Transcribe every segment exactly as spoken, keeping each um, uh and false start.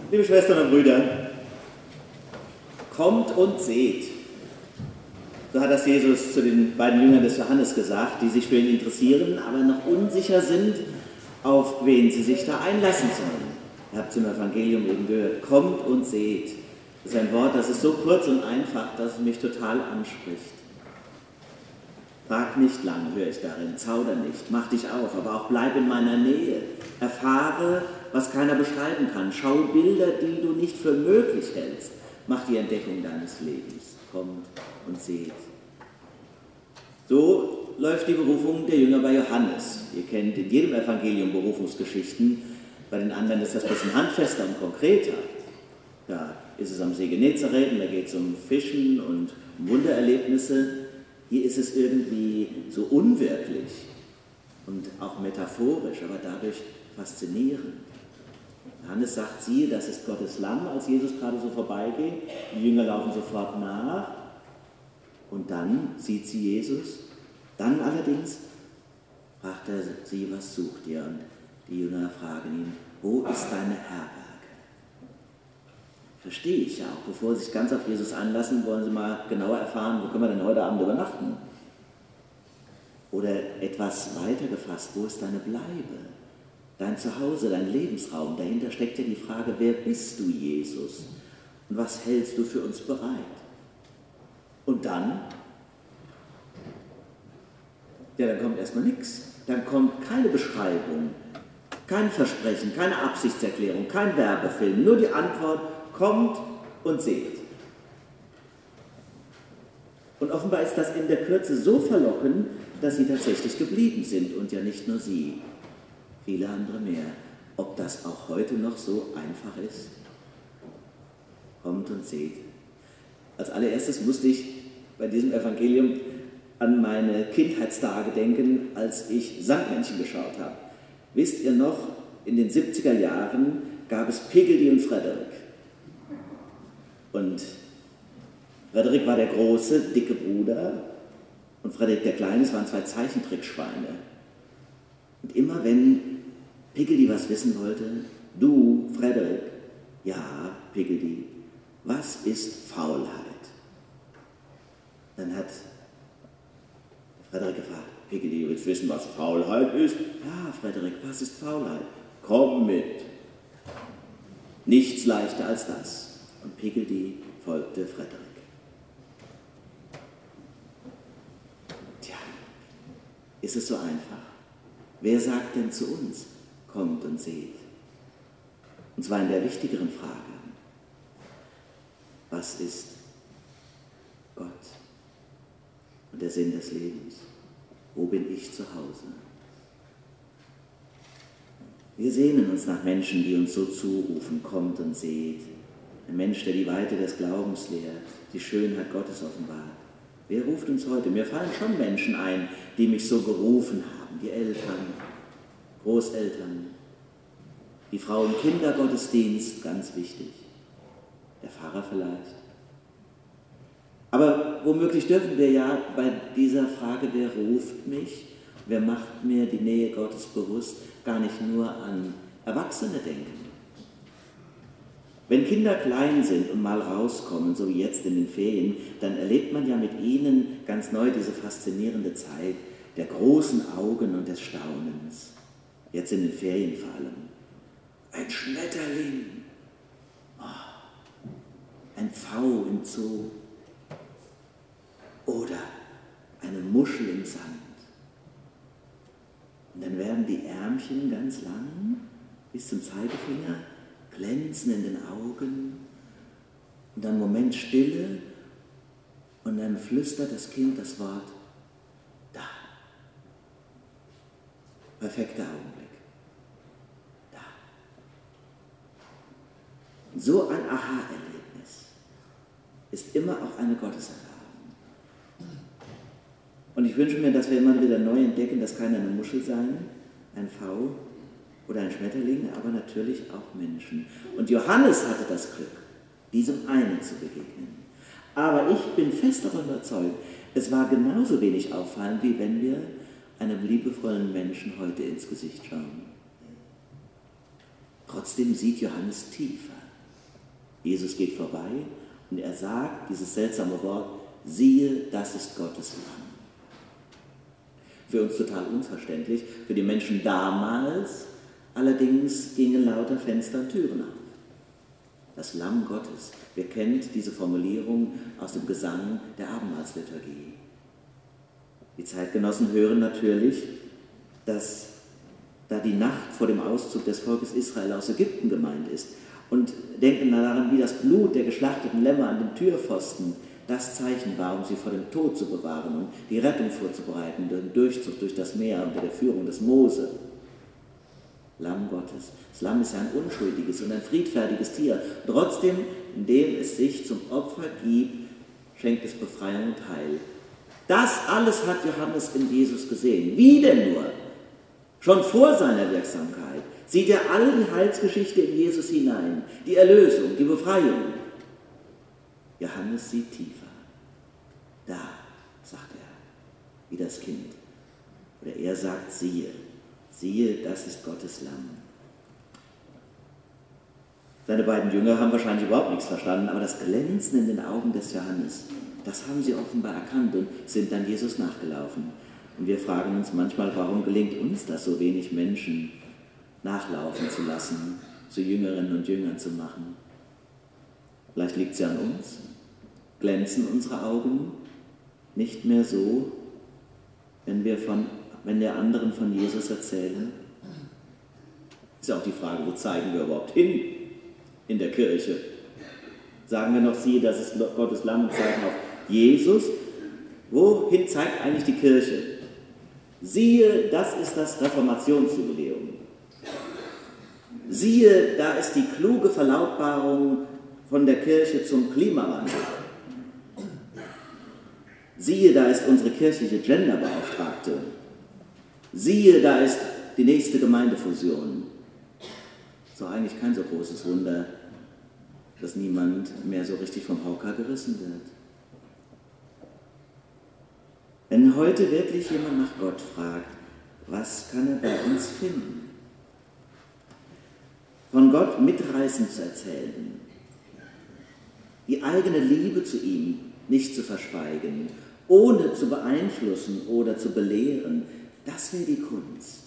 Liebe Schwestern und Brüder, kommt und seht. So hat das Jesus zu den beiden Jüngern des Johannes gesagt, die sich für ihn interessieren, aber noch unsicher sind, auf wen sie sich da einlassen sollen. Ihr habt es im Evangelium eben gehört. Kommt und seht. Das ist ein Wort, das ist so kurz und einfach, dass es mich total anspricht. Frag nicht lang, höre ich darin, zauder nicht, mach dich auf, aber auch bleib in meiner Nähe. Erfahre, was keiner beschreiben kann. Schau Bilder, die du nicht für möglich hältst. Mach die Entdeckung deines Lebens. Kommt und seht. So läuft die Berufung der Jünger bei Johannes. Ihr kennt in jedem Evangelium Berufungsgeschichten. Bei den anderen ist das ein bisschen handfester und konkreter. Da ist es am See Genezareth und da geht es um Fischen und um Wundererlebnisse. Hier ist es irgendwie so unwirklich und auch metaphorisch, aber dadurch faszinierend. Johannes sagt, siehe, das ist Gottes Lamm, als Jesus gerade so vorbeigeht. Die Jünger laufen sofort nach und dann sieht sie Jesus. Dann allerdings fragt er sie, was sucht ihr? Und die Jünger fragen ihn, wo ist deine Herberge? Verstehe ich ja auch. Bevor sie sich ganz auf Jesus einlassen, wollen sie mal genauer erfahren, wo können wir denn heute Abend übernachten? Oder etwas weiter gefasst, wo ist deine Bleibe? Dein Zuhause, dein Lebensraum. Dahinter steckt ja die Frage, wer bist du, Jesus? Und was hältst du für uns bereit? Und dann? Ja, dann kommt erstmal nichts. Dann kommt keine Beschreibung, kein Versprechen, keine Absichtserklärung, kein Werbefilm. Nur die Antwort, kommt und seht. Und offenbar ist das in der Kürze so verlockend, dass sie tatsächlich geblieben sind und ja nicht nur sie, viele andere mehr. Ob das auch heute noch so einfach ist? Kommt und seht. Als allererstes musste ich bei diesem Evangelium an meine Kindheitstage denken, als ich Sandmännchen geschaut habe. Wisst ihr noch, in den siebziger Jahren gab es Piggledy und Frederik. Und Frederik war der große, dicke Bruder und Frederik der Kleine, es waren zwei Zeichentrickschweine. Und immer wenn Piggledy was wissen wollte, du, Frederik, ja, Piggledy, was ist Faulheit? Dann hat Frederik gefragt, Piggledy, du willst wissen, was Faulheit ist? Ja, Frederik, was ist Faulheit? Komm mit. Nichts leichter als das. Und Piggledy folgte Frederik. Tja, ist es so einfach? Wer sagt denn zu uns, kommt und seht? Und zwar in der wichtigeren Frage, was ist Gott und der Sinn des Lebens? Wo bin ich zu Hause? Wir sehnen uns nach Menschen, die uns so zurufen, kommt und seht. Ein Mensch, der die Weite des Glaubens lehrt, die Schönheit Gottes offenbart. Wer ruft uns heute? Mir fallen schon Menschen ein, die mich so gerufen haben. Die Eltern, Großeltern, die Frau im Kindergottesdienst, ganz wichtig. Der Pfarrer vielleicht. Aber womöglich dürfen wir ja bei dieser Frage, wer ruft mich, wer macht mir die Nähe Gottes bewusst, gar nicht nur an Erwachsene denken. Wenn Kinder klein sind und mal rauskommen, so wie jetzt in den Ferien, dann erlebt man ja mit ihnen ganz neu diese faszinierende Zeit der großen Augen und des Staunens. Jetzt in den Ferien vor allem. Ein Schmetterling, oh, ein Pfau im Zoo oder eine Muschel im Sand. Und dann werden die Ärmchen ganz lang bis zum Zeigefinger, glänzen in den Augen und dann einen Moment Stille und dann flüstert das Kind das Wort da. Perfekter Augenblick. Da. Und so ein Aha-Erlebnis ist immer auch eine Gotteserfahrung. Und ich wünsche mir, dass wir immer wieder neu entdecken, das kann eine Muschel sein, ein V oder ein Schmetterling, aber natürlich auch Menschen. Und Johannes hatte das Glück, diesem einen zu begegnen. Aber ich bin fest davon überzeugt, es war genauso wenig auffallend, wie wenn wir einem liebevollen Menschen heute ins Gesicht schauen. Trotzdem sieht Johannes tiefer. Jesus geht vorbei und er sagt dieses seltsame Wort, siehe, das ist Gottes Lamm. Für uns total unverständlich, für die Menschen damals allerdings gingen lauter Fenster und Türen auf. Das Lamm Gottes. Wer kennt diese Formulierung aus dem Gesang der Abendmahlsliturgie? Die Zeitgenossen hören natürlich, dass da die Nacht vor dem Auszug des Volkes Israel aus Ägypten gemeint ist und denken daran, wie das Blut der geschlachteten Lämmer an den Türpfosten das Zeichen war, um sie vor dem Tod zu bewahren und die Rettung vorzubereiten, den Durchzug durch das Meer unter der Führung des Mose. Lamm Gottes. Das Lamm ist ja ein unschuldiges und ein friedfertiges Tier. Trotzdem, indem es sich zum Opfer gibt, schenkt es Befreiung und Heil. Das alles hat Johannes in Jesus gesehen. Wie denn nur? Schon vor seiner Wirksamkeit sieht er all die Heilsgeschichte in Jesus hinein, die Erlösung, die Befreiung. Johannes sieht tiefer. Da, sagt er, wie das Kind. Oder er sagt, siehe, siehe, das ist Gottes Lamm. Seine beiden Jünger haben wahrscheinlich überhaupt nichts verstanden, aber das Glänzen in den Augen des Johannes, das haben sie offenbar erkannt und sind dann Jesus nachgelaufen. Und wir fragen uns manchmal, warum gelingt uns das, so wenig Menschen nachlaufen zu lassen, zu Jüngerinnen und Jüngern zu machen. Vielleicht liegt es ja an uns. Glänzen unsere Augen nicht mehr so, wenn wir von, wenn wir anderen von Jesus erzählen? Ist ja auch die Frage, wo zeigen wir überhaupt hin in der Kirche? Sagen wir noch, siehe, das ist Gottes Lamm und zeigen auf Jesus? Wohin zeigt eigentlich die Kirche? Siehe, das ist das Reformationsjubiläum. Siehe, da ist die kluge Verlautbarung von der Kirche zum Klimawandel. Siehe, da ist unsere kirchliche Genderbeauftragte. Siehe, da ist die nächste Gemeindefusion. Ist doch eigentlich kein so großes Wunder, dass niemand mehr so richtig vom Hocker gerissen wird. Wenn heute wirklich jemand nach Gott fragt, was kann er bei uns finden? Von Gott mitreißend zu erzählen, die eigene Liebe zu ihm nicht zu verschweigen, ohne zu beeinflussen oder zu belehren, das wäre die Kunst.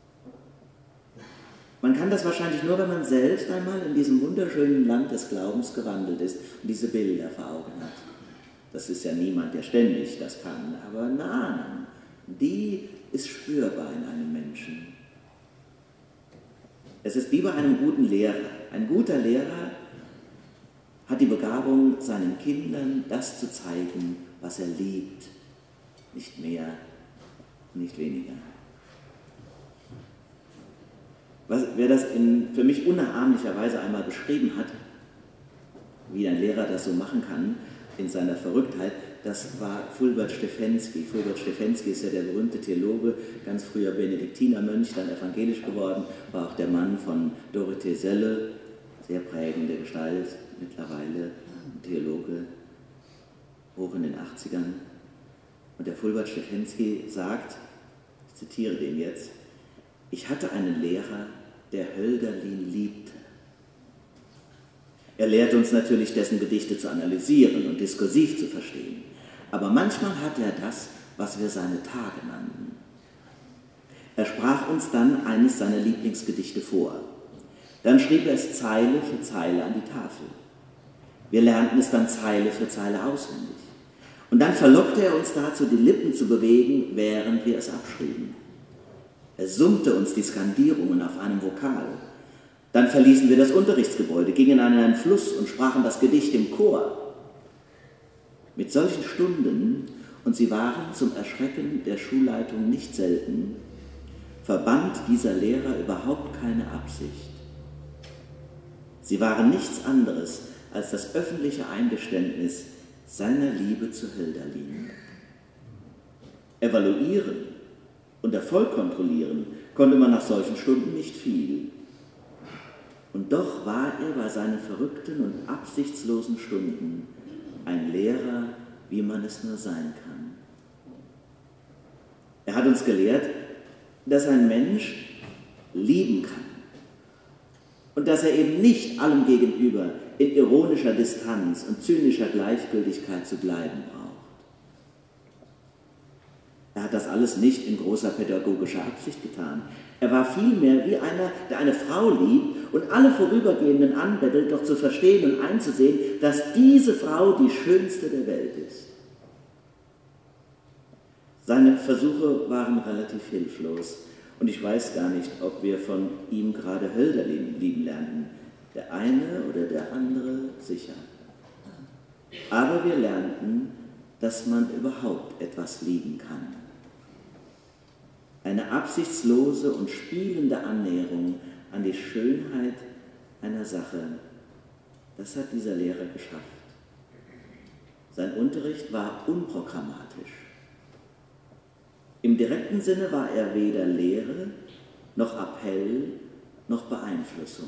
Man kann das wahrscheinlich nur, wenn man selbst einmal in diesem wunderschönen Land des Glaubens gewandelt ist und diese Bilder vor Augen hat. Das ist ja niemand, der ständig das kann, aber eine Ahnung, die ist spürbar in einem Menschen. Es ist wie bei einem guten Lehrer. Ein guter Lehrer hat die Begabung, seinen Kindern das zu zeigen, was er liebt. Nicht mehr, nicht weniger. Was, wer das in für mich unnachahmlicher Weise einmal beschrieben hat, wie ein Lehrer das so machen kann, in seiner Verrücktheit, das war Fulbert Stefensky. Fulbert Stefensky ist ja der berühmte Theologe, ganz früher Benediktinermönch, dann evangelisch geworden, war auch der Mann von Dorothee Selle, sehr prägende Gestalt, mittlerweile Theologe, hoch in den achtzigern. Und der Fulbert Stefensky sagt, ich zitiere den jetzt, ich hatte einen Lehrer, der Hölderlin liebte. Er lehrt uns natürlich, dessen Gedichte zu analysieren und diskursiv zu verstehen. Aber manchmal hatte er das, was wir seine Tage nannten. Er sprach uns dann eines seiner Lieblingsgedichte vor. Dann schrieb er es Zeile für Zeile an die Tafel. Wir lernten es dann Zeile für Zeile auswendig. Und dann verlockte er uns dazu, die Lippen zu bewegen, während wir es abschrieben. Er summte uns die Skandierungen auf einem Vokal. Dann verließen wir das Unterrichtsgebäude, gingen an einen Fluss und sprachen das Gedicht im Chor. Mit solchen Stunden, und sie waren zum Erschrecken der Schulleitung nicht selten, verband dieser Lehrer überhaupt keine Absicht. Sie waren nichts anderes als das öffentliche Eingeständnis seiner Liebe zu Hölderlin. Evaluieren und Erfolg kontrollieren konnte man nach solchen Stunden nicht viel. Und doch war er bei seinen verrückten und absichtslosen Stunden ein Lehrer, wie man es nur sein kann. Er hat uns gelehrt, dass ein Mensch lieben kann, und dass er eben nicht allem gegenüber in ironischer Distanz und zynischer Gleichgültigkeit zu bleiben braucht. Er hat das alles nicht in großer pädagogischer Absicht getan. Er war vielmehr wie einer, der eine Frau liebt und alle Vorübergehenden anbettelt, doch zu verstehen und einzusehen, dass diese Frau die schönste der Welt ist. Seine Versuche waren relativ hilflos und ich weiß gar nicht, ob wir von ihm gerade Hölderlin lieben lernten. Der eine oder der andere sicher. Aber wir lernten, dass man überhaupt etwas lieben kann. Eine absichtslose und spielende Annäherung an die Schönheit einer Sache, das hat dieser Lehrer geschafft. Sein Unterricht war unprogrammatisch. Im direkten Sinne war er weder Lehre, noch Appell, noch Beeinflussung.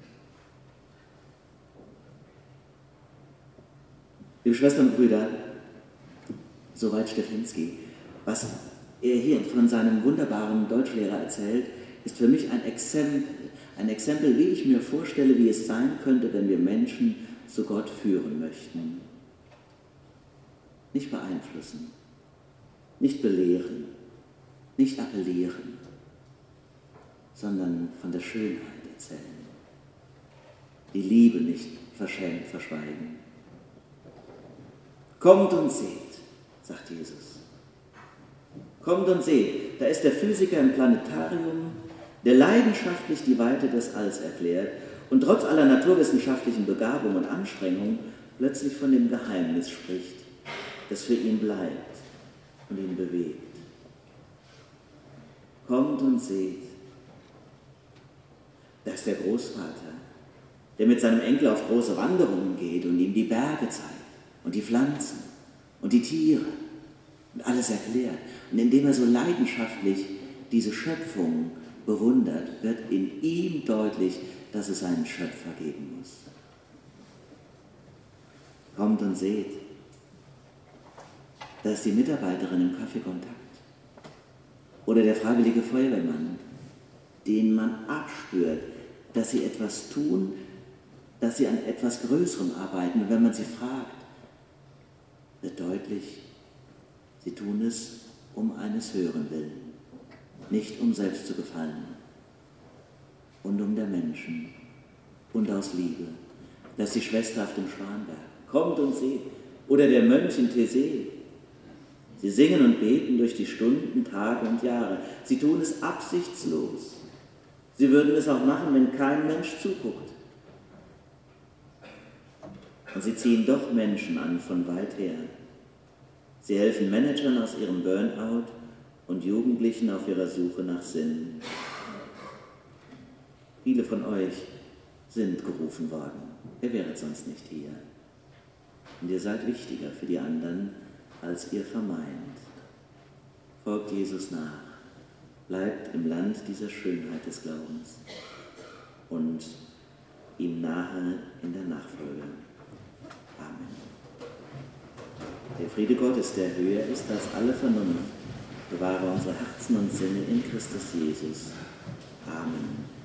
Liebe Schwestern und Brüder, soweit Stefensky, was er hier von seinem wunderbaren Deutschlehrer erzählt, ist für mich ein Exempel, ein Exempel, wie ich mir vorstelle, wie es sein könnte, wenn wir Menschen zu Gott führen möchten. Nicht beeinflussen, nicht belehren, nicht appellieren, sondern von der Schönheit erzählen. Die Liebe nicht verschämt verschweigen. Kommt und seht, sagt Jesus. Kommt und seht, da ist der Physiker im Planetarium, der leidenschaftlich die Weite des Alls erklärt und trotz aller naturwissenschaftlichen Begabung und Anstrengung plötzlich von dem Geheimnis spricht, das für ihn bleibt und ihn bewegt. Kommt und seht, da ist der Großvater, der mit seinem Enkel auf große Wanderungen geht und ihm die Berge zeigt und die Pflanzen und die Tiere und alles erklärt. Und indem er so leidenschaftlich diese Schöpfung bewundert, wird in ihm deutlich, dass es einen Schöpfer geben muss. Kommt und seht, da ist die Mitarbeiterin im Kaffeekontakt oder der freiwillige Feuerwehrmann, den man abspürt, dass sie etwas tun, dass sie an etwas Größerem arbeiten. Und wenn man sie fragt, wird deutlich, sie tun es um eines Höheren willen, nicht um selbst zu gefallen und um der Menschen und aus Liebe. Das ist die Schwester auf dem Schwanberg. Kommt und seht. Oder der Mönch in Thésée. Sie singen und beten durch die Stunden, Tage und Jahre. Sie tun es absichtslos. Sie würden es auch machen, wenn kein Mensch zuguckt. Und sie ziehen doch Menschen an von weit her. Sie helfen Managern aus ihrem Burnout und Jugendlichen auf ihrer Suche nach Sinn. Viele von euch sind gerufen worden. Ihr wäret sonst nicht hier. Und ihr seid wichtiger für die anderen, als ihr vermeint. Folgt Jesus nach. Bleibt im Land dieser Schönheit des Glaubens und ihm nahe in der Nachfolge. Amen. Der Friede Gottes, der höher ist als alle Vernunft, bewahre unsere Herzen und Sinne in Christus Jesus.